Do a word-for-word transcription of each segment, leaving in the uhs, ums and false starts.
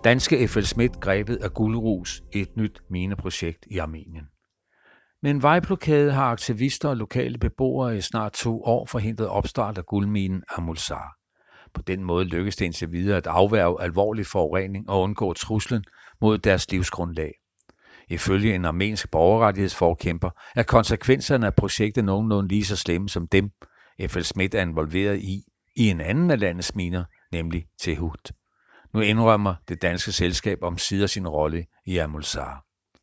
Danske FLSmidth grebet af guldrus i et nyt mineprojekt i Armenien. Med en vejblokade har aktivister og lokale beboere i snart to år forhindret opstart af guldminen Amulsar. På den måde lykkedes det indtil videre at afværge alvorlig forurening og undgå truslen mod deres livsgrundlag. Ifølge en armensk borgerrettighedsforkæmper er konsekvenserne af projektet nogenlunde lige så slemme som dem, FLSmidth er involveret i, i en anden af landets miner, nemlig Tehut. Nu indrømmer det danske selskab omsider sin rolle i Amulsar.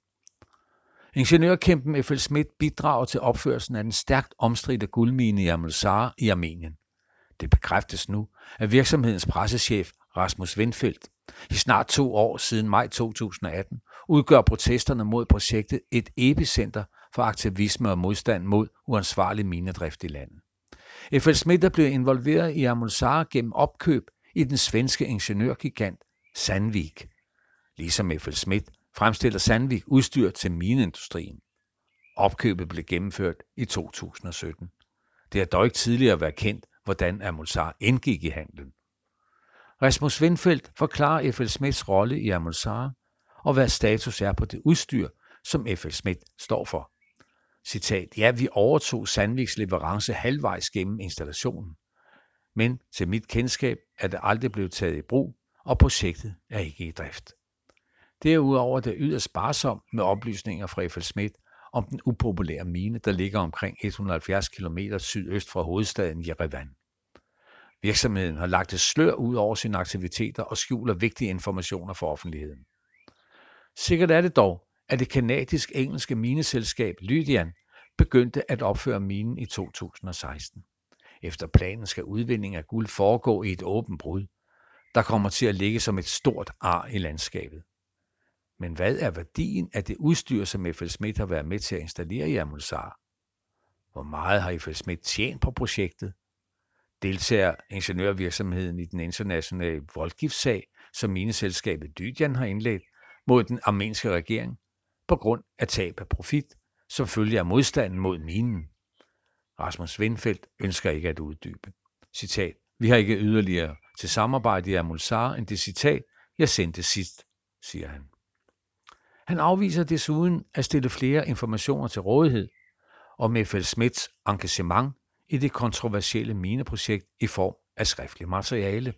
Ingeniørkæmpen FLSmidth bidrager til opførelsen af den stærkt omstridte guldmine i Amulsar i Armenien. Det bekræftes nu af virksomhedens pressechef Rasmus Windfeldt. I snart to år siden maj to tusind og atten udgør protesterne mod projektet et epicenter for aktivisme og modstand mod uansvarlig minedrift i landet. FLSmidth er blevet involveret i Amulsar gennem opkøb i den svenske ingeniørgigant Sandvik. Ligesom FLSmidth fremstiller Sandvik udstyr til mineindustrien. Opkøbet blev gennemført i to tusind og sytten. Det har dog ikke tidligere været kendt, hvordan Amulsar indgik i handlen. Rasmus Windfeldt forklarer FLSmidths rolle i Amulsar og hvad status er på det udstyr, som FLSmidth står for. Citat, ja, vi overtog Sandviks leverance halvvejs gennem installationen, men til mit kendskab er det aldrig blevet taget i brug, og projektet er ikke i drift. Derudover er det yderst sparsomt med oplysninger fra FLSmidth om den upopulære mine, der ligger omkring et hundrede og halvfjerds kilometer sydøst fra hovedstaden Jerevan. Virksomheden har lagt et slør ud over sine aktiviteter og skjuler vigtige informationer for offentligheden. Sikkert er det dog, at det kanadisk-engelske mineselskab Lydian begyndte at opføre minen i to tusind og seksten. Efter planen skal udvinding af guld foregå i et åbent brud, der kommer til at ligge som et stort ar i landskabet. Men hvad er værdien af det udstyr, som FLSmidth har været med til at installere i Amulsar? Hvor meget har FLSmidth tjent på projektet? Deltager ingeniørvirksomheden i den internationale voldgiftssag, som mineselskabet Lydian har indledt mod den armenske regering på grund af tab af profit, som følge af modstanden mod minen? Rasmus Windfeldt ønsker ikke at uddybe. Citat, vi har ikke yderligere til samarbejde i Amulsar end det citat, jeg sendte sidst, siger han. Han afviser desuden at stille flere informationer til rådighed om FLSmidths engagement i det kontroversielle mineprojekt i form af skriftlig materiale.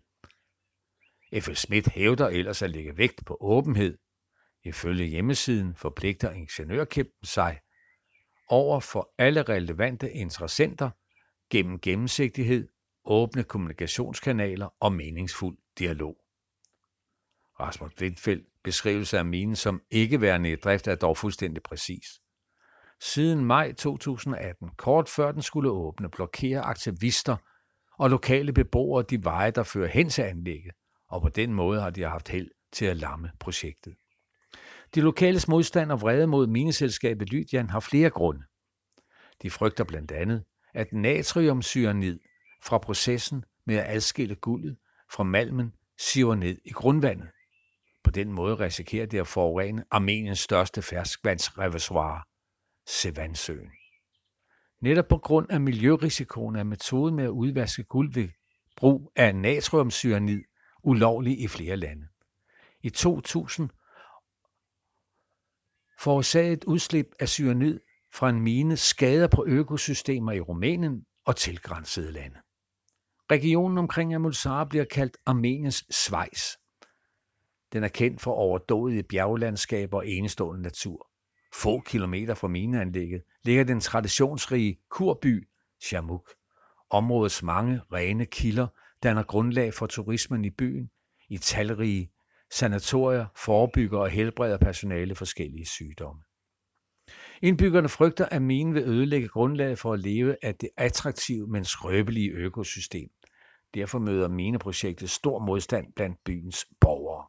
FLSmidth hævder ellers at lægge vægt på åbenhed. Ifølge hjemmesiden forpligter ingeniørkæmpen sig over for alle relevante interessenter gennem gennemsigtighed, åbne kommunikationskanaler og meningsfuld dialog. Rasmus Windfeldt beskrivelse af minen som ikke værende i drift er dog fuldstændig præcis. Siden maj to tusind og atten, kort før den skulle åbne, blokerer aktivister og lokale beboere de veje, der fører hen til anlægget, og på den måde har de haft held til at lamme projektet. De lokales modstand og vrede mod mineselskabet Lydian har flere grunde. De frygter blandt andet, at natriumcyanid fra processen med at adskille guldet fra malmen siver ned i grundvandet. På den måde risikerer det at forurene Armeniens største ferskvandsreservoir, Sevansøen. Netop på grund af miljørisikoen er metoden med at udvaske guld ved brug af natriumcyanid ulovlig i flere lande. I to tusind forårsagede et udslip af cyanid fra en mine skader på økosystemer i Rumænien og tilgrænsede lande. Regionen omkring Amulsar bliver kaldt Armeniens Schweiz. Den er kendt for overdådige bjerglandskaber og enestående natur. Få kilometer fra mineanlægget ligger den traditionsrige kurby Jamuk. Områdets mange rene kilder danner grundlag for turismen i byen, i talrige sanatorier forebygger og helbreder personale forskellige sygdomme. Indbyggerne frygter, at minen vil ødelægge grundlaget for at leve af det attraktive, men skrøbelige økosystem. Derfor møder mineprojektet stor modstand blandt byens borgere.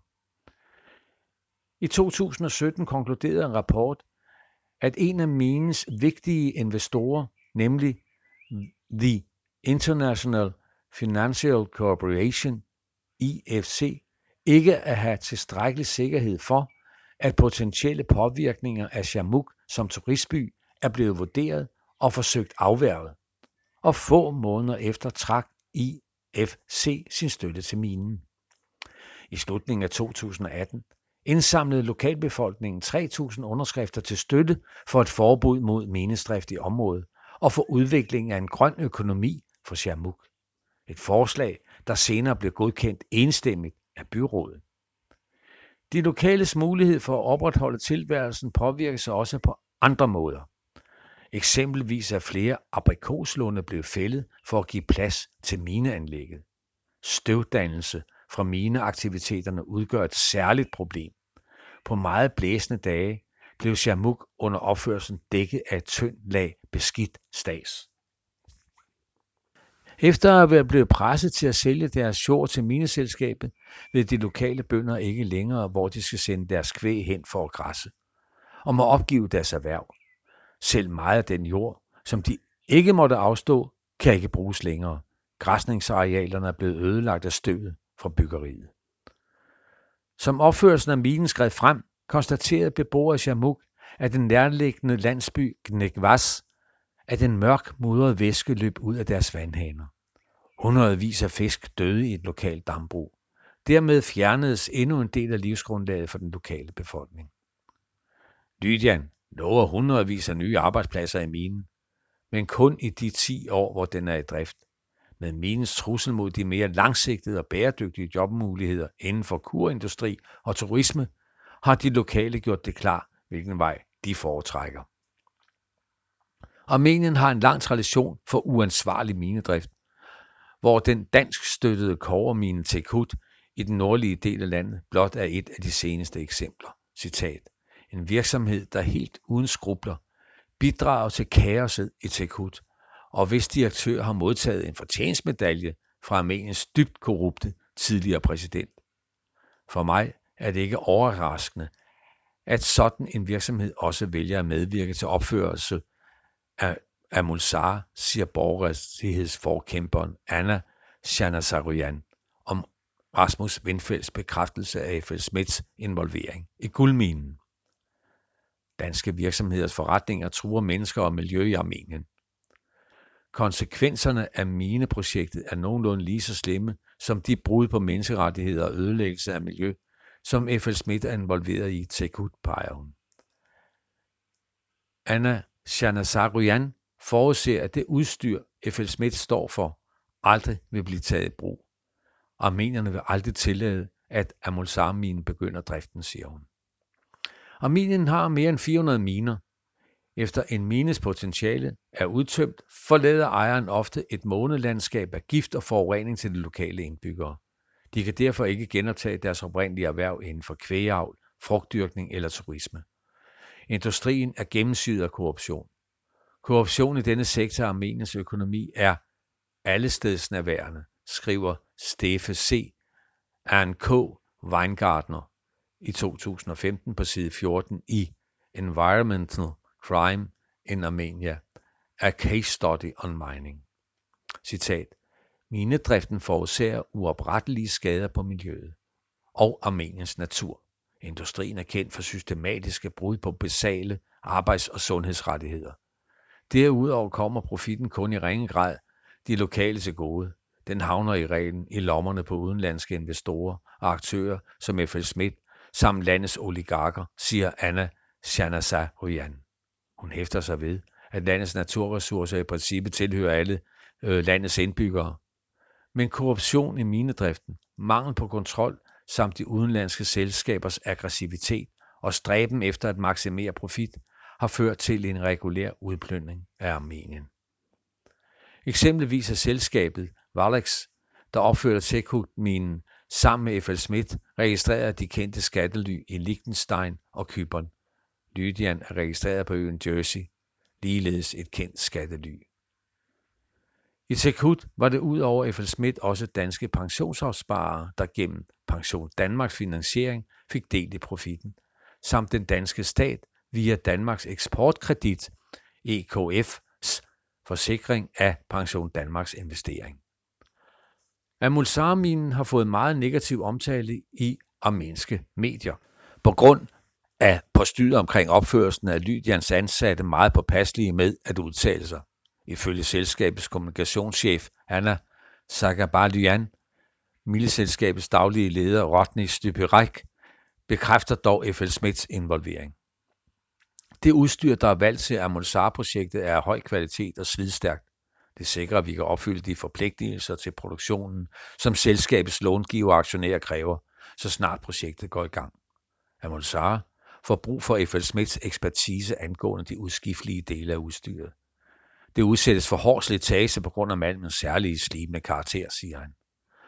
I to tusind og sytten konkluderede en rapport, at en af minens vigtige investorer, nemlig The International Financial Corporation, I F C, ikke at have tilstrækkelig sikkerhed for, at potentielle påvirkninger af Jamuk som turistby er blevet vurderet og forsøgt afværget, og få måneder efter trak I F C sin støtte til minen. I slutningen af to tusind og atten indsamlede lokalbefolkningen tre tusind underskrifter til støtte for et forbud mod minestrift i området og for udviklingen af en grøn økonomi for Siamuk. Et forslag, der senere blev godkendt enstemmigt af byrådet. De lokales mulighed for at opretholde tilværelsen påvirkes også på andre måder. Eksempelvis er flere aprikoslunde blevet fældet for at give plads til mineanlægget. Støvdannelse fra mineaktiviteterne udgør et særligt problem. På meget blæsende dage blev Siamuk under opførelsen dækket af et tyndt lag beskidt stads. Efter at være blevet presset til at sælge deres jord til mineselskabet, ved de lokale bønder ikke længere, hvor de skal sende deres kvæg hen for at græsse, og må opgive deres erhverv. Selv meget af den jord, som de ikke måtte afstå, kan ikke bruges længere. Græsningsarealerne er blevet ødelagt af støvet fra byggeriet. Som opførelsen af minen skred frem, konstaterede beboere i Siamuk, at den nærliggende landsby Gnegwas, at en mørk mudret væske løb ud af deres vandhaner. Hundredvis af fisk døde i et lokalt dambrug. Dermed fjernedes endnu en del af livsgrundlaget for den lokale befolkning. Lydian lover hundredvis af nye arbejdspladser i minen, men kun i de ti år, hvor den er i drift. Med minens trussel mod de mere langsigtede og bæredygtige jobmuligheder inden for kurindustri og turisme, har de lokale gjort det klar, hvilken vej de foretrækker. Armenien har en lang tradition for uansvarlig minedrift, hvor den dansk støttede kobbermine Tekhut i den nordlige del af landet blot er et af de seneste eksempler. Citat. En virksomhed, der helt uden skrubler bidrager til kaoset i Tekhut, og hvis direktør har modtaget en fortjenstmedalje fra Armeniens dybt korrupte tidligere præsident. For mig er det ikke overraskende, at sådan en virksomhed også vælger at medvirke til opførelse af Amulsar, siger borgerrettighedsforkæmperen Anna Shanasaroyan om Rasmus Windfeldts bekræftelse af F L Smiths involvering i guldminen. Danske virksomheders forretninger truer mennesker og miljø i Armenien. Konsekvenserne af mineprojektet er nogenlunde lige så slemme som de brud på menneskerettigheder og ødelæggelse af miljø, som F L Smith er involveret i Tekhut, peger hun. Anna Shanasaroyan forudser, at det udstyr, F L Smith står for, aldrig vil blive taget i brug. Armenierne vil aldrig tillade, at Amulsar-minen begynder driften, siger hun. Armenien har mere end fire hundrede miner. Efter en mines potentiale er udtømt, forlader ejeren ofte et månelandskab af gift og forurening til de lokale indbyggere. De kan derfor ikke genoptage deres oprindelige erhverv inden for kvægavl, frugtdyrkning eller turisme. Industrien er gennemsyret af korruption. Korruption i denne sektor af Armeniens økonomi er allestedsnærværende, skriver Stefe C. and K. Weingartner i to tusind og femten på side fjorten i Environmental Crime in Armenia, a case study on mining. Citat. Minedriften forårsager uoprettelige skader på miljøet og Armeniens natur. Industrien er kendt for systematiske brud på basale arbejds- og sundhedsrettigheder. Derudover kommer profitten kun i ringe grad de lokale til gode. Den havner i reglen i lommerne på udenlandske investorer og aktører som F L Smith samt landets oligarker, siger Anna Shanasaroyan. Hun hæfter sig ved, at landets naturressourcer i princippet tilhører alle øh, landets indbyggere. Men korruption i minedriften, mangel på kontrol samt de udenlandske selskabers aggressivitet og stræben efter at maksimere profit har ført til en regulær udplyndring af Armenien. Eksempelvis er selskabet Valex, der opførte Tekhut-minen sammen med F L Smith, registreret de kendte skattely i Liechtenstein og Cypern. Lydian er registreret på øen Jersey, ligeledes et kendt skattely. I Tekhut var det ud over F L Smith også danske pensionsopsparere, der gennem Pension Danmarks finansiering fik del i profitten, samt den danske stat via Danmarks Eksportkredit, E K F's forsikring af Pension Danmarks investering. Amulsar-minen har fået meget negativ omtale i armenske medier, på grund af postyret omkring opførelsen af Lydians ansatte meget påpasselige med at udtale sig. Ifølge selskabets kommunikationschef Anna Sagabalyan Mineselskabets daglige leder Rodney Stypirek bekræfter dog FLSmidths involvering. Det udstyr, der er valgt til Amulsar-projektet, er af høj kvalitet og slidstærkt. Det sikrer, at vi kan opfylde de forpligtelser til produktionen, som selskabets långiver og aktionærer kræver, så snart projektet går i gang. Amulsar får brug for FLSmidths ekspertise angående de udskiftelige dele af udstyret. Det udsættes for hård slitage på grund af malmens særlige slibende karakter, siger han.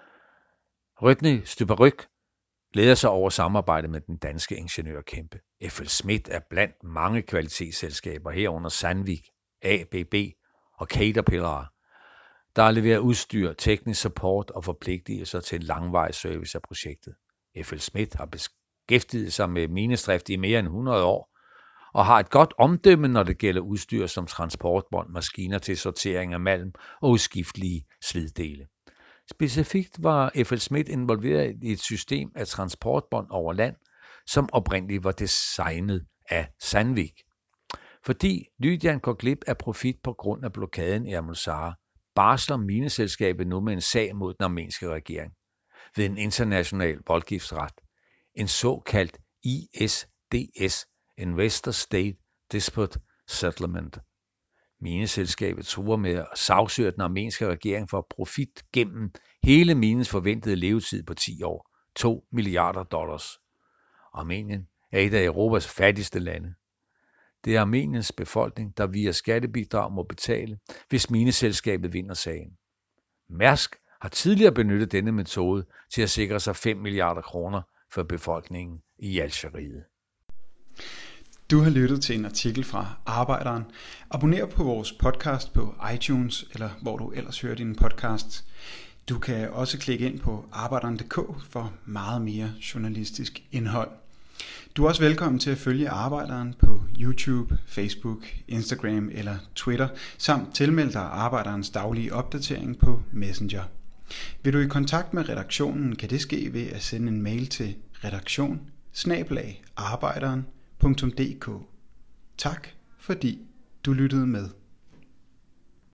Rodney Stypirek glæder sig over samarbejdet med den danske ingeniørkæmpe. FLSmidth er blandt mange kvalitetsselskaber herunder Sandvik, A B B og Caterpillar, der leverer udstyr, teknisk support og forpligtelser til en langvarig service af projektet. FLSmidth har beskæftiget sig med minestrift i mere end hundrede år og har et godt omdømme, når det gælder udstyr som transportbånd, maskiner til sortering af malm og udskiftelige sliddele. Specifikt var FLSmidth involveret i et system af transportbånd over land, som oprindeligt var designet af Sandvik. Fordi Lydian går glip af profit på grund af blokaden i Amulsar, barsler mineselskabet nu med en sag mod den armenske regering ved en international voldgiftsret, en såkaldt I S D S, Investor State Dispute Settlement. Mineselskabet truer med at sagsøge den armenske regering for profit gennem hele minens forventede levetid på ti år, to milliarder dollars. Armenien er et af Europas fattigste lande. Det er Armeniens befolkning, der via skattebidrag må betale, hvis mineselskabet vinder sagen. Mærsk har tidligere benyttet denne metode til at sikre sig fem milliarder kroner for befolkningen i Algeriet. Du har lyttet til en artikel fra Arbejderen. Abonner på vores podcast på iTunes, eller hvor du ellers hører dine podcasts. Du kan også klikke ind på arbejderen punktum d k for meget mere journalistisk indhold. Du er også velkommen til at følge Arbejderen på YouTube, Facebook, Instagram eller Twitter, samt tilmelde dig Arbejderens daglige opdatering på Messenger. Vil du i kontakt med redaktionen, kan det ske ved at sende en mail til redaktion bindestreg arbejderen punktum d k. Tak fordi du lyttede med.